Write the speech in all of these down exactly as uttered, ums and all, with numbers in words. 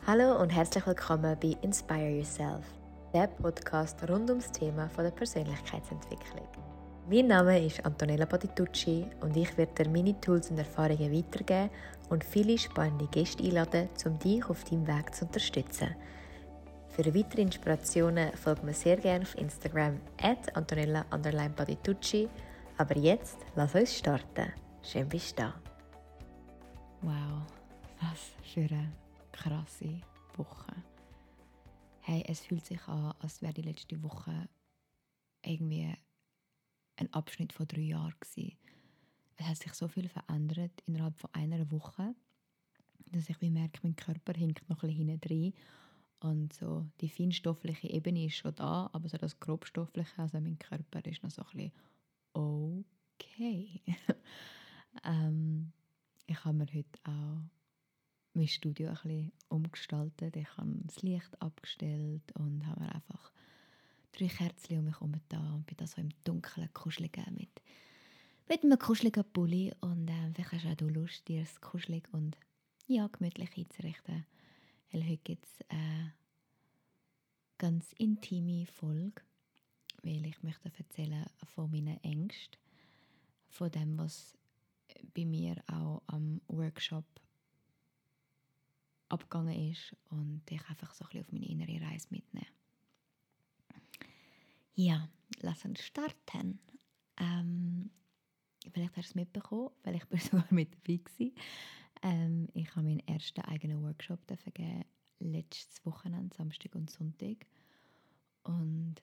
Hallo und herzlich willkommen bei Inspire Yourself, der Podcast rund ums Thema von der Persönlichkeitsentwicklung. Mein Name ist Antonella Patitucci und ich werde dir meine Tools und Erfahrungen weitergeben und viele spannende Gäste einladen, um dich auf deinem Weg zu unterstützen. Für weitere Inspirationen folgt mir sehr gerne auf Instagram at Antonella underline Patitucci. Aber jetzt lass uns starten. Schön bist du da. Wow, was für eine krasse Woche. Hey, es fühlt sich an, als wäre die letzte Woche irgendwie ein Abschnitt von drei Jahren gewesen. Es hat sich so viel verändert innerhalb von einer Woche, dass ich wie merke, mein Körper hinkt noch ein bisschen hinten rein. Und so die feinstoffliche Ebene ist schon da, aber so das grobstoffliche, also mein Körper ist noch so ein bisschen okay. ähm, ich habe mir heute auch mein Studio ein bisschen umgestaltet. Ich habe das Licht abgestellt und habe mir einfach drei Kerzen um mich herum da und bin da so im Dunkeln kuscheligen mit, mit einem kuscheligen Pulli. Und äh, vielleicht hast auch du Lust, dir es kuschelig und ja, gemütlich einzurichten. Weil heute gibt es eine ganz intime Folge, weil ich möchte erzählen von meinen Ängsten, von dem, was bei mir auch am Workshop abgegangen ist und dich einfach so ein bisschen auf meine innere Reise mitnehmen. Ja, lass uns starten. Ähm, vielleicht hast du es mitbekommen, vielleicht bist du sogar mit dabei gewesen. Ähm, ich habe meinen ersten eigenen Workshop geben, letztes Wochenende, Samstag und Sonntag. Und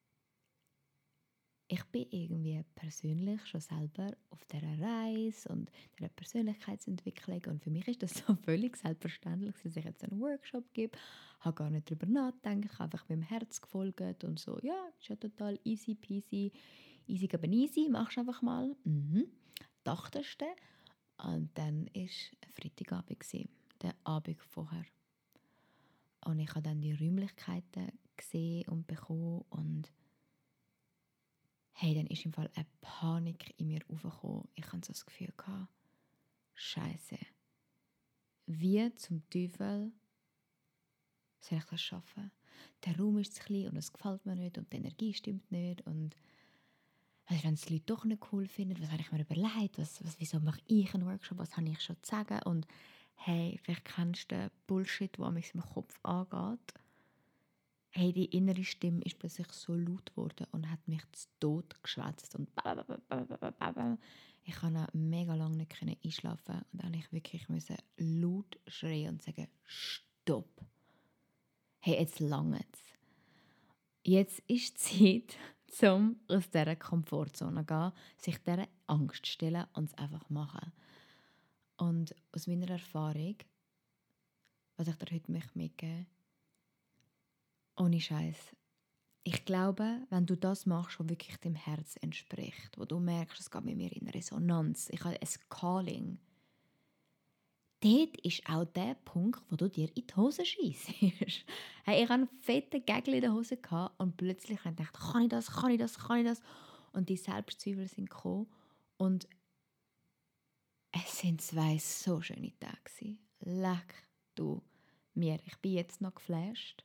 ich bin irgendwie persönlich schon selber auf dieser Reise und dieser Persönlichkeitsentwicklung. Und für mich ist das so völlig selbstverständlich, dass ich jetzt einen Workshop gebe. Ich habe gar nicht darüber nachgedacht, ich habe einfach meinem Herz gefolgt und so, ja, ist ja total easy peasy, easy aber easy, machst du einfach mal. Mhm. Dachtest du? Und dann war Freitagabend, der Abend vorher. Und ich habe dann die Räumlichkeiten gesehen und bekommen und hey, dann ist im Fall eine Panik in mir aufgekommen. Ich hatte so das Gefühl, Scheiße, wie zum Teufel soll ich das schaffen? Der Raum ist zu klein und es gefällt mir nicht und die Energie stimmt nicht. Und also, wenn es die Leute doch nicht cool finden, was habe ich mir überlegt? Was, was, wieso mache ich einen Workshop? Was habe ich schon zu sagen? Und hey, vielleicht kennst du den Bullshit, der mich im Kopf angeht. Hey, die innere Stimme ist plötzlich so laut geworden und hat mich zu Tod geschwätzt. Und ich konnte mega lange nicht einschlafen. Und dann musste ich wirklich laut schreien und sagen, stopp. Hey, jetzt langt es. Jetzt ist die Zeit, um aus dieser Komfortzone zu gehen, sich dieser Angst zu stellen und es einfach machen. Und aus meiner Erfahrung, was ich dir heute mitgeben möchte, ohne Scheiß. Ich glaube, wenn du das machst, was wirklich dem Herz entspricht, wo du merkst, es geht mit mir in Resonanz, ich habe ein Calling, dort ist auch der Punkt, wo du dir in die Hose schiessest. Hey, ich hatte einen fetten Gägel in der Hose und plötzlich habe ich gedacht, kann ich das, kann ich das, kann ich das? Und die Selbstzweifel sind gekommen und es sind zwei so schöne Tage. Leck du mir, ich bin jetzt noch geflasht.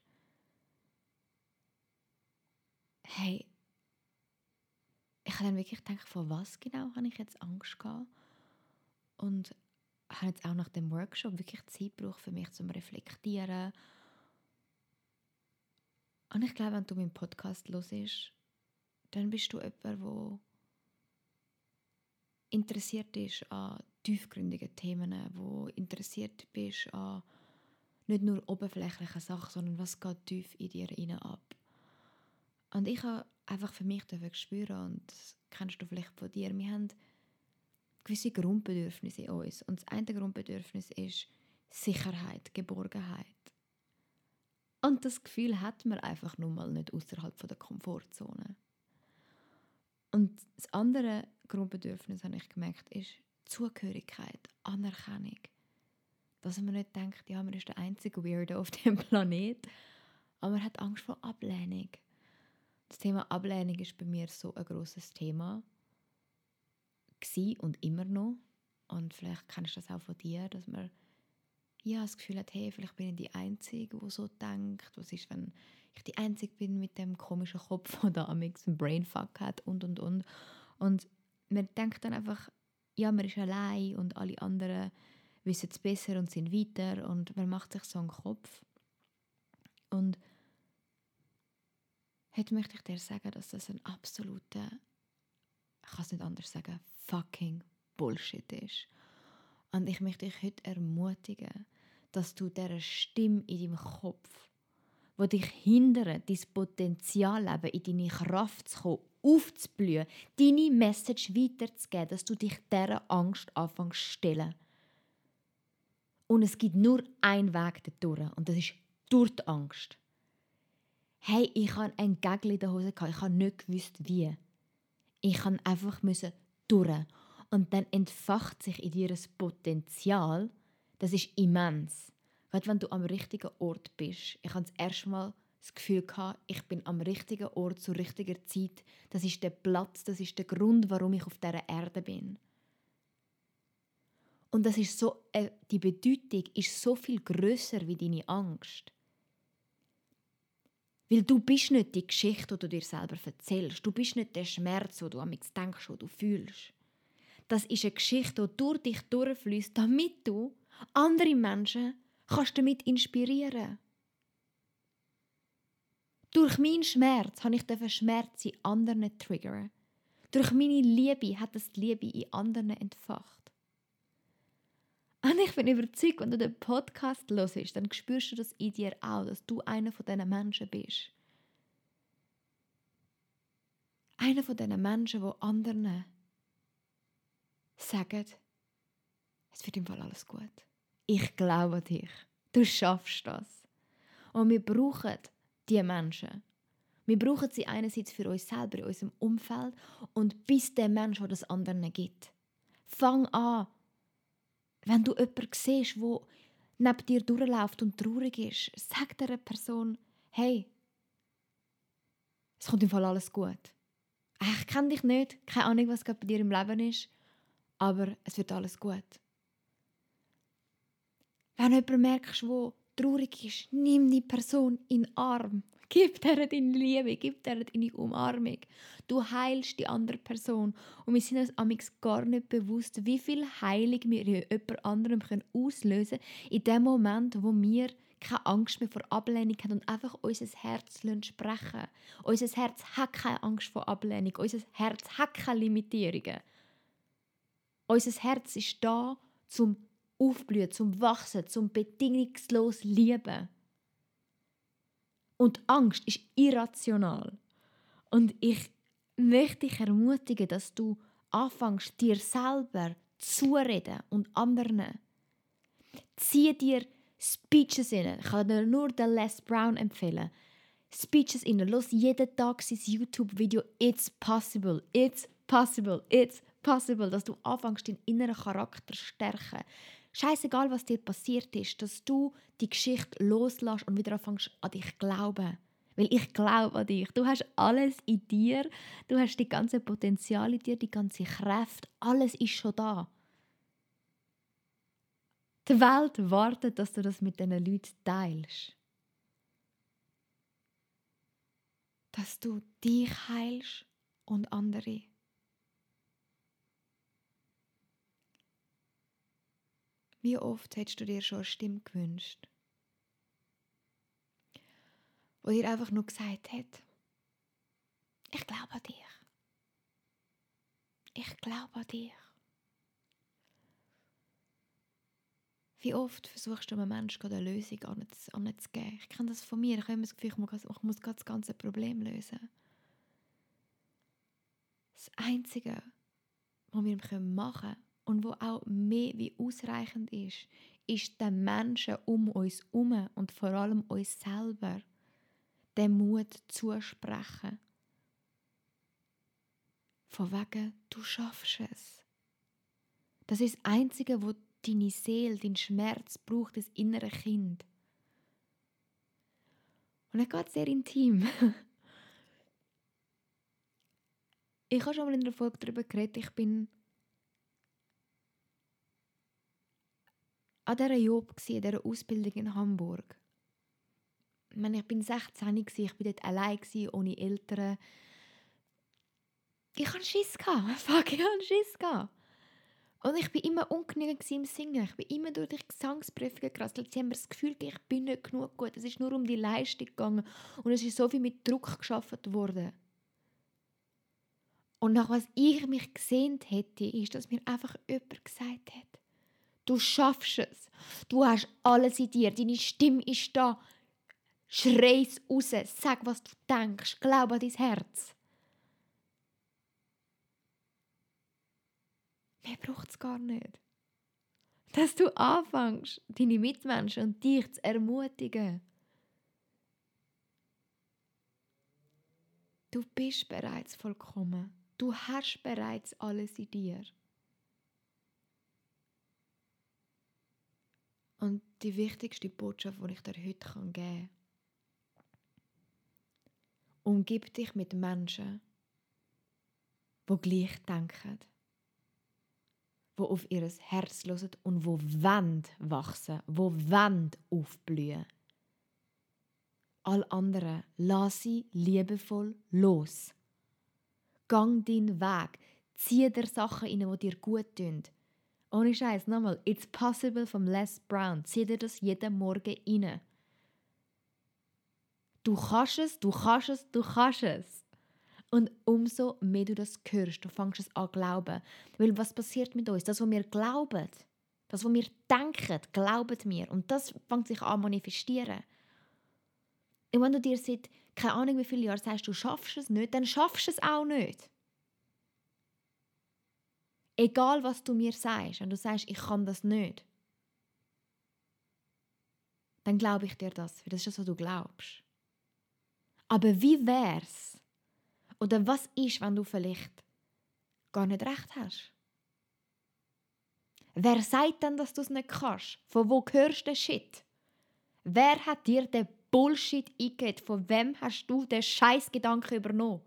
Hey, ich habe dann wirklich gedacht, vor was genau habe ich jetzt Angst gehabt? Und habe jetzt auch nach dem Workshop wirklich Zeit gebraucht für mich zum Reflektieren. Und ich glaube, wenn du meinen Podcast hörst, dann bist du jemand, der interessiert ist an tiefgründigen Themen, wo interessiert bist an nicht nur oberflächlichen Sachen, sondern was geht tief in dir rein ab. Und ich habe einfach für mich spüren, und das kennst du vielleicht von dir, wir haben gewisse Grundbedürfnisse in uns. Und das eine Grundbedürfnis ist Sicherheit, Geborgenheit. Und das Gefühl hat man einfach nur mal nicht außerhalb der Komfortzone. Und das andere Grundbedürfnis, habe ich gemerkt, ist Zugehörigkeit, Anerkennung. Dass man nicht denkt, ja, man ist der einzige Weirdo auf dem Planet, aber man hat Angst vor Ablehnung. Das Thema Ablehnung ist bei mir so ein grosses Thema gewesen und immer noch. Und vielleicht kennst du das auch von dir, dass man ja, das Gefühl hat, hey, vielleicht bin ich die Einzige, die so denkt. Was ist, wenn ich die Einzige bin mit dem komischen Kopf, der da einen Brainfuck hat und, und, und. Und man denkt dann einfach, ja, man ist allein und alle anderen wissen es besser und sind weiter und man macht sich so einen Kopf. Und heute möchte ich dir sagen, dass das ein absoluter, ich kann es nicht anders sagen, fucking Bullshit ist. Und ich möchte dich heute ermutigen, dass du dieser Stimme in deinem Kopf, die dich hindert, dein Potenzialleben in deine Kraft zu kommen, aufzublühen, deine Message weiterzugeben, dass du dich dieser Angst anfängst zu stellen. Und es gibt nur einen Weg dadurch, und das ist durch die Angst. Hey, ich hatte einen Gagel in der Hose, ich habe nicht gewusst, wie. Ich musste einfach durch. Und dann entfacht sich in dir ein Potenzial, das ist immens. Gerade wenn du am richtigen Ort bist. Ich hatte das erste Mal das Gefühl, ich bin am richtigen Ort zur richtigen Zeit. Das ist der Platz, das ist der Grund, warum ich auf dieser Erde bin. Und das ist so, äh, die Bedeutung ist so viel grösser wie deine Angst. Weil du bist nicht die Geschichte, die du dir selber erzählst. Du bist nicht der Schmerz, den du an mich denkst, den du fühlst. Das ist eine Geschichte, die durch dich durchfließt, damit du andere Menschen kannst damit inspirieren. Durch meinen Schmerz habe ich den Schmerz in anderen triggern. Durch meine Liebe hat es die Liebe in anderen entfacht. Und ich bin überzeugt, wenn du den Podcast hörst, dann spürst du das in dir auch, dass du einer von diesen Menschen bist. Einer von diesen Menschen, die anderen sagen, es wird im Fall alles gut. Ich glaube an dich. Du schaffst das. Und wir brauchen diese Menschen. Wir brauchen sie einerseits für uns selber, in unserem Umfeld und bis der Mensch, der das anderen gibt. Fang an, wenn du jemanden siehst, der neben dir durchläuft und traurig ist, sag dieser Person, hey, es kommt im Fall alles gut. Ich kenne dich nicht, keine Ahnung, was gerade bei dir im Leben ist, aber es wird alles gut. Wenn du jemanden merkst, der traurig ist, nimm die Person in den Arm. Gib dir deine Liebe, gib dir deine Umarmung. Du heilst die andere Person. Und wir sind uns amigs gar nicht bewusst, wie viel Heilung wir in jemand anderem auslösen können, in dem Moment, wo wir keine Angst mehr vor Ablehnung haben und einfach unser Herz sprechen. Unser Herz hat keine Angst vor Ablehnung. Unser Herz hat keine Limitierungen. Unser Herz ist da, zum Aufblühen, zum Wachsen, zum bedingungslos Lieben. Und Angst ist irrational. Und ich möchte dich ermutigen, dass du anfängst, dir selber zureden und anderen. Zieh dir Speeches rein. Ich kann dir nur den Les Brown empfehlen. Speeches rein. Los jeden Tag sein YouTube-Video «It's possible, it's possible, it's possible», dass du anfängst, deinen inneren Charakter zu stärken. Scheißegal, was dir passiert ist, dass du die Geschichte loslässt und wieder anfängst, an dich zu glauben. Weil ich glaube an dich. Du hast alles in dir. Du hast die ganze Potenzial in dir, die ganze Kraft. Alles ist schon da. Die Welt wartet, dass du das mit diesen Leuten teilst. Dass du dich heilst und andere. Wie oft hättest du dir schon eine Stimme gewünscht, die dir einfach nur gesagt hat, ich glaube an dich. Ich glaube an dich. Wie oft versuchst du einem Menschen eine Lösung anzugeben? Ich kenne das von mir. Ich habe immer das Gefühl, ich muss das ganze Problem lösen. Das Einzige, was wir machen können und was auch mehr wie ausreichend ist, ist den Menschen um uns herum und vor allem uns selber den Mut zusprechen. Von wegen, du schaffst es. Das ist das Einzige, was deine Seele, dein Schmerz braucht, das innere Kind. Und es geht sehr intim. Ich habe schon mal in einer Folge darüber geredet, ich bin an dieser Job, an dieser Ausbildung in Hamburg. Ich meine, ich bin sechzehn, ich war dort allein, ohne Eltern. Ich hatte Schiss. Fuck, ich hatte Schiss. Und ich war immer ungenügend im Singen. Ich bin immer durch die Gesangsprüfungen gerasselt. Sie haben mir das Gefühl, ich bin nicht genug gut. Es ist nur um die Leistung gegangen. Und es ist so viel mit Druck geschaffen worden. Und nach was ich mich gesehnt hätte, ist, dass mir einfach jemand gesagt hat, du schaffst es. Du hast alles in dir. Deine Stimme ist da. Schrei es raus. Sag, was du denkst. Glaub an dein Herz. Mehr braucht es gar nicht. Dass du anfängst, deine Mitmenschen und dich zu ermutigen. Du bist bereits vollkommen. Du hast bereits alles in dir. Und die wichtigste Botschaft, die ich dir heute geben kann, umgib dich mit Menschen, die gleich denken, die auf ihr Herz hören und die wollen wachsen, die wollen aufblühen. All anderen lass sie liebevoll los. Gang deinen Weg. Zieh dir Sachen rein, die dir gut tun. Ohne Scheiß, nochmal, It's Possible von Les Brown. Zieh dir das jeden Morgen rein. Du kannst es, du kannst es, du kannst es. Und umso mehr du das hörst, du fängst es an zu glauben. Weil was passiert mit uns? Das, was wir glauben, das, was wir denken, glauben wir. Und das fängt sich an zu manifestieren. Und wenn du dir seit, keine Ahnung wie viele Jahre sagst, du schaffst es nicht, dann schaffst du es auch nicht. Egal, was du mir sagst, wenn du sagst, ich kann das nicht, dann glaube ich dir das, weil das ist das, was du glaubst. Aber wie wär's? Oder was ist, wenn du vielleicht gar nicht recht hast? Wer sagt denn, dass du es nicht kannst? Von wo hörst du den Shit? Wer hat dir den Bullshit eingeredet? Von wem hast du den Scheißgedanken übernommen?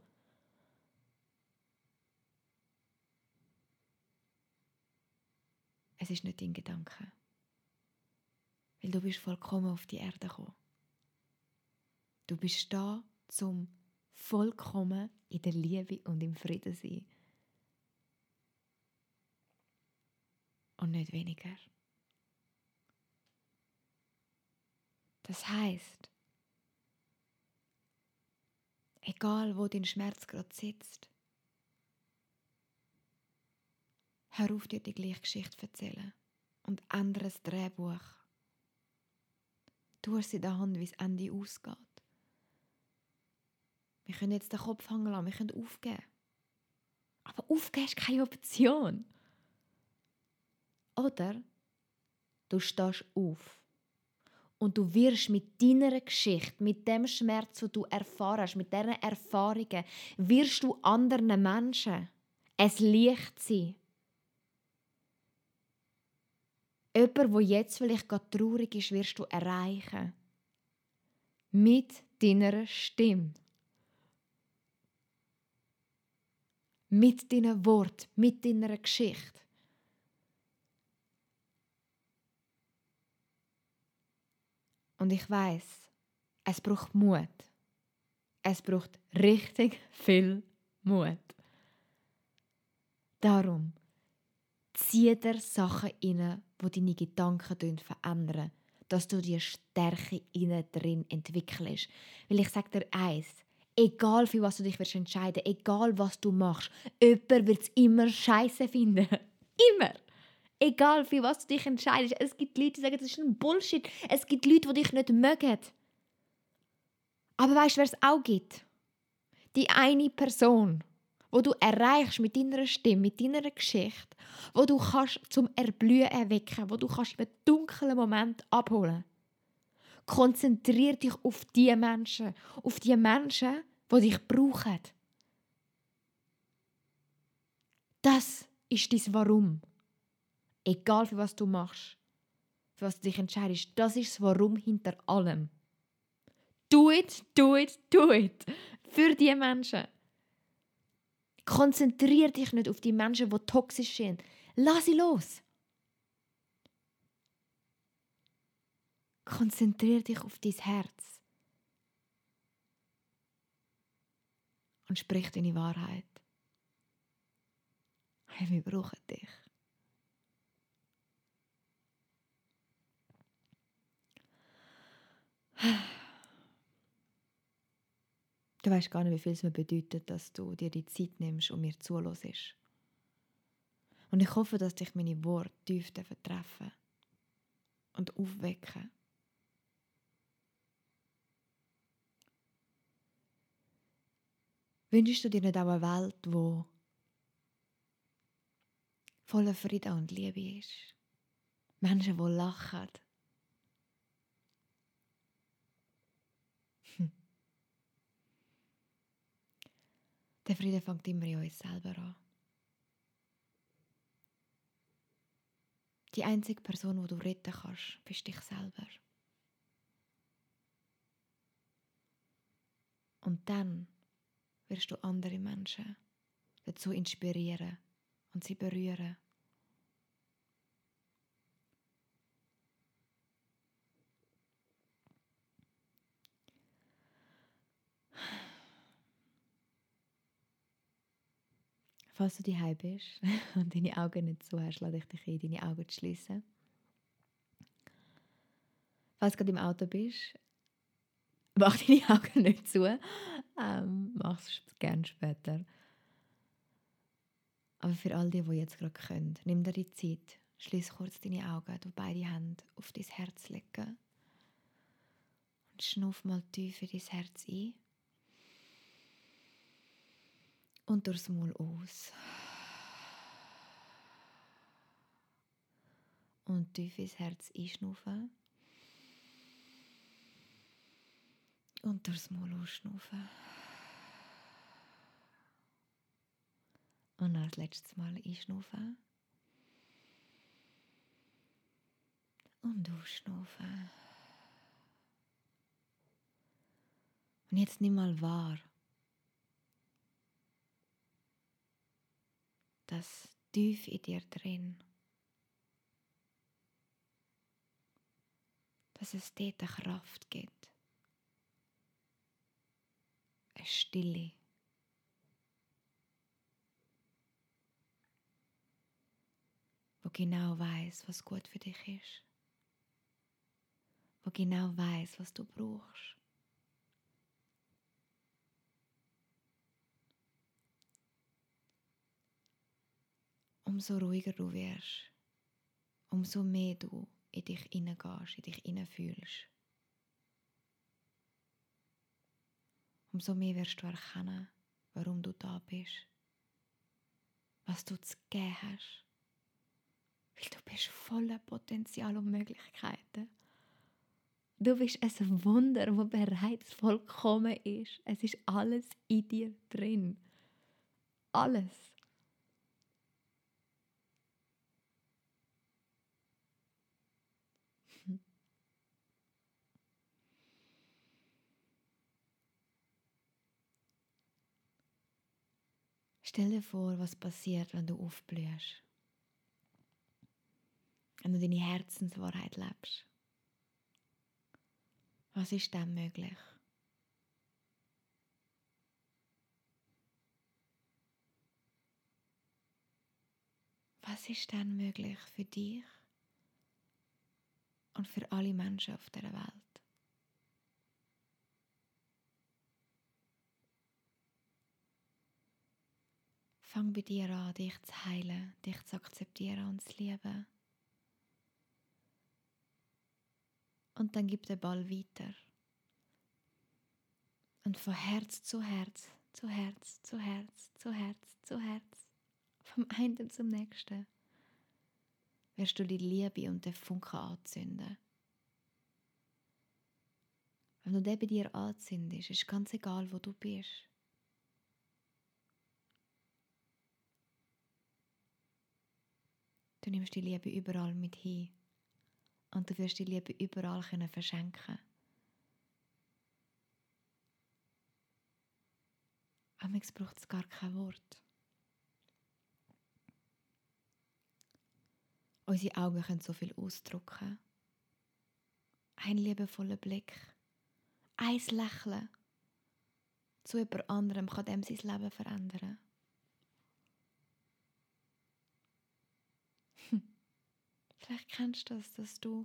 Es ist nicht dein Gedanke. Weil du bist vollkommen auf die Erde gekommen. Du bist da, zum vollkommen in der Liebe und im Frieden sein. Und nicht weniger. Das heisst, egal wo dein Schmerz gerade sitzt, hör auf, dir die gleiche Geschichte zu erzählen und ändere das Drehbuch. Du hast es in der Hand, wie das Ende ausgeht. Wir können jetzt den Kopf hängen lassen, wir können aufgeben. Aber aufgeben ist keine Option. Oder du stehst auf und du wirst mit deiner Geschichte, mit dem Schmerz, den du erfahren hast, mit diesen Erfahrungen, wirst du anderen Menschen ein Licht sein. Jemand, der jetzt vielleicht gerade traurig ist, wirst du erreichen. Mit deiner Stimme. Mit deinen Worten, mit deiner Geschichte. Und ich weiss, es braucht Mut. Es braucht richtig viel Mut. Darum, zieh dir Sachen rein, die deine Gedanken verändern, dass du die Stärke innen drin entwickelst. Weil ich sage dir eins, egal für was du dich entscheiden willst, egal was du machst, jemand wird es immer scheisse finden. Immer. Egal für was du dich entscheidest. Es gibt Leute, die sagen, das ist ein Bullshit. Es gibt Leute, die dich nicht mögen. Aber weißt du, wer es auch gibt? Die eine Person, wo du erreichst mit deiner Stimme, mit deiner Geschichte, wo du kannst zum Erblühen erwecken, wo du kannst in einem dunklen Moment abholen. Konzentrier dich auf die Menschen, auf die Menschen, die dich brauchen. Das ist dein Warum. Egal für was du machst, für was du dich entscheidest, das ist das Warum hinter allem. Do it, do it, do it. Für die Menschen. Konzentrier dich nicht auf die Menschen, die toxisch sind. Lass sie los. Konzentriere dich auf dein Herz und sprich deine Wahrheit. Hey, wir brauchen dich. Du weißt gar nicht, wie viel es mir bedeutet, dass du dir die Zeit nimmst und mir zuhörst. Und ich hoffe, dass dich meine Worte tief treffen und aufwecken. Wünschst du dir nicht auch eine Welt, die voller Frieden und Liebe ist? Menschen, die lachen. Hm. Der Frieden fängt immer in uns selber an. Die einzige Person, die du retten kannst, bist dich selber. Und dann wirst du andere Menschen dazu inspirieren und sie berühren. Falls du daheim bist und deine Augen nicht zu hast, lade ich dich ein, deine Augen zu schließen. Falls du gerade im Auto bist, mach deine Augen nicht zu. Ähm, mach es gerne später. Aber für all die, die jetzt gerade können, nimm dir die Zeit, schließ kurz deine Augen, du beide Hände auf dein Herz legen und schnuff mal tief in dein Herz ein und durchs Maul aus. Und tief ins Herz einschnaufen und durchs Maul ausschnaufen. Und als letztes Mal einschnaufen und ausschnaufen. Und jetzt nimm mal wahr, dass tief in dir drin, dass es dort eine Kraft gibt. Eine Stille. Wo genau weiss, was gut für dich ist. Wo genau weiss, was du brauchst. Umso ruhiger du wirst, umso mehr du in dich hineingehst, in dich hineinfühlst. Umso mehr wirst du erkennen, warum du da bist. Was du zu geben hast. Weil du bist voller Potenzial und Möglichkeiten. Du bist ein Wunder, das bereits vollkommen ist. Es ist alles in dir drin. Alles. Stell dir vor, was passiert, wenn du aufblühst. Wenn du deine Herzenswahrheit lebst. Was ist dann möglich? Was ist dann möglich für dich und für alle Menschen auf dieser Welt? Fang bei dir an, dich zu heilen, dich zu akzeptieren und zu lieben. Und dann gib den Ball weiter. Und von Herz zu Herz, zu Herz, zu Herz, zu Herz, zu Herz, vom einen zum nächsten, wirst du die Liebe und den Funken anzünden. Wenn du den bei dir anzündest, ist ganz egal, wo du bist. Du nimmst die Liebe überall mit hin. Und du wirst die Liebe überall können verschenken. Amigs braucht es gar kein Wort. Unsere Augen können so viel ausdrücken. Ein liebevoller Blick, ein Lächeln zu jemand anderem kann dem sein Leben verändern. Hm. Vielleicht kennst du das, dass du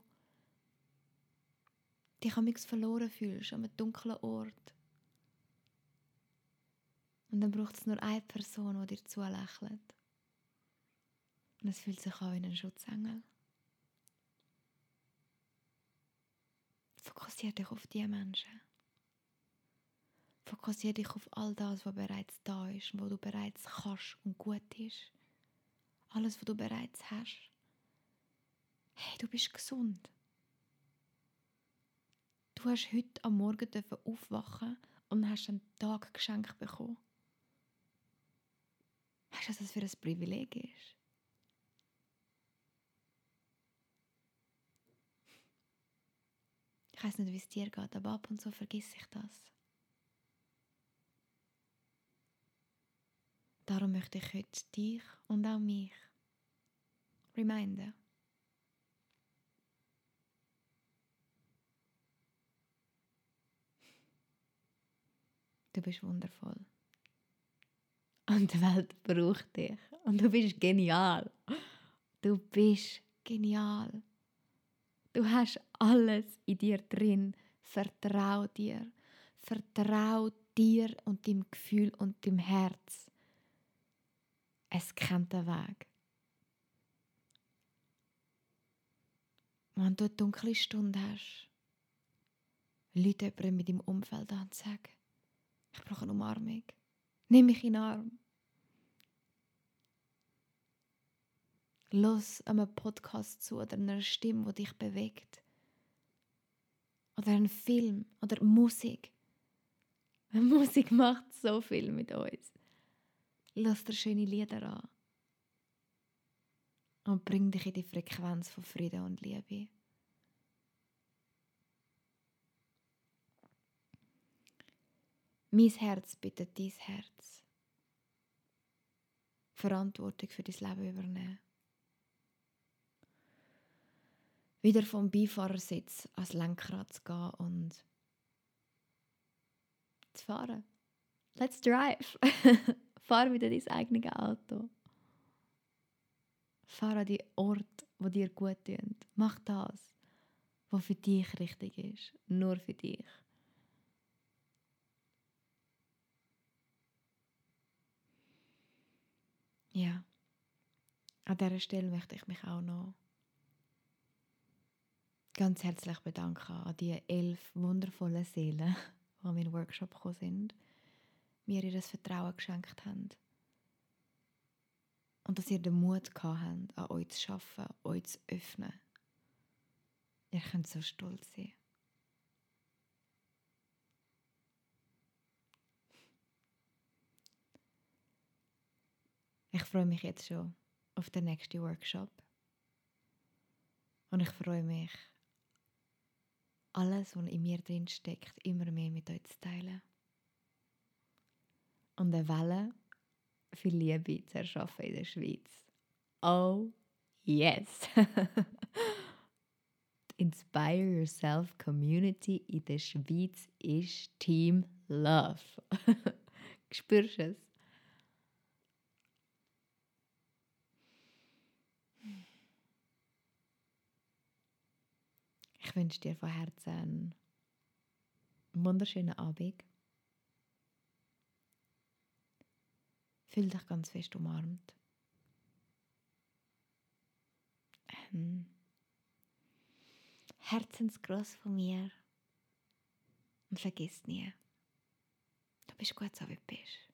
dich am X verloren fühlst, an einem dunklen Ort. Und dann braucht es nur eine Person, die dir zulächelt. Und es fühlt sich an wie ein Schutzengel. Fokussiere dich auf diese Menschen. Fokussiere dich auf all das, was bereits da ist, was du bereits kannst und gut ist. Alles, was du bereits hast. Hey, du bist gesund. Du hast heute am Morgen aufwachen und hast einen Tag geschenkt bekommen. Weißt du, was das für ein Privileg ist? Ich weiss nicht, wie es dir geht, aber ab und zu vergesse ich das. Darum möchte ich heute dich und auch mich reminden. Du bist wundervoll. Und die Welt braucht dich. Und du bist genial. Du bist genial. Du hast alles in dir drin. Vertrau dir. Vertrau dir und deinem Gefühl und deinem Herz. Es kennt den Weg. Wenn du eine dunkle Stunde hast, Leute jemanden mit deinem Umfeld an und sag, ich brauche eine Umarmung. Nimm mich in den Arm. Los einem Podcast zu oder einer Stimme, die dich bewegt. Oder einen Film oder Musik. Musik macht so viel mit uns. Lass dir schöne Lieder an. Und bring dich in die Frequenz von Frieden und Liebe. Mein Herz bittet dein Herz. Verantwortung für dein Leben übernehmen. Wieder vom Beifahrersitz ans Lenkrad zu gehen und zu fahren. Let's drive. Fahr wieder dein eigenes Auto. Fahr an die Orte, die dir gut tun. Mach das, was für dich richtig ist. Nur für dich. Ja, an dieser Stelle möchte ich mich auch noch ganz herzlich bedanken an die elf wundervollen Seelen, die an meinen Workshop gekommen sind, mir ihr Vertrauen geschenkt haben. Und dass ihr den Mut gehabt habt, an euch zu arbeiten, euch zu öffnen. Ihr könnt so stolz sein. Ich freue mich jetzt schon auf den nächsten Workshop. Und ich freue mich, alles, was in mir drin steckt, immer mehr mit euch zu teilen. Und eine Welle für Liebe zu erschaffen in der Schweiz. Oh, yes! Die Inspire Yourself Community in der Schweiz ist Team Love. Spürst du es? Ich wünsche dir von Herzen einen wunderschönen Abend. Fühl dich ganz fest umarmt. Ähm, Herzensgruß von mir. Und vergiss nie, du bist gut so, wie du bist.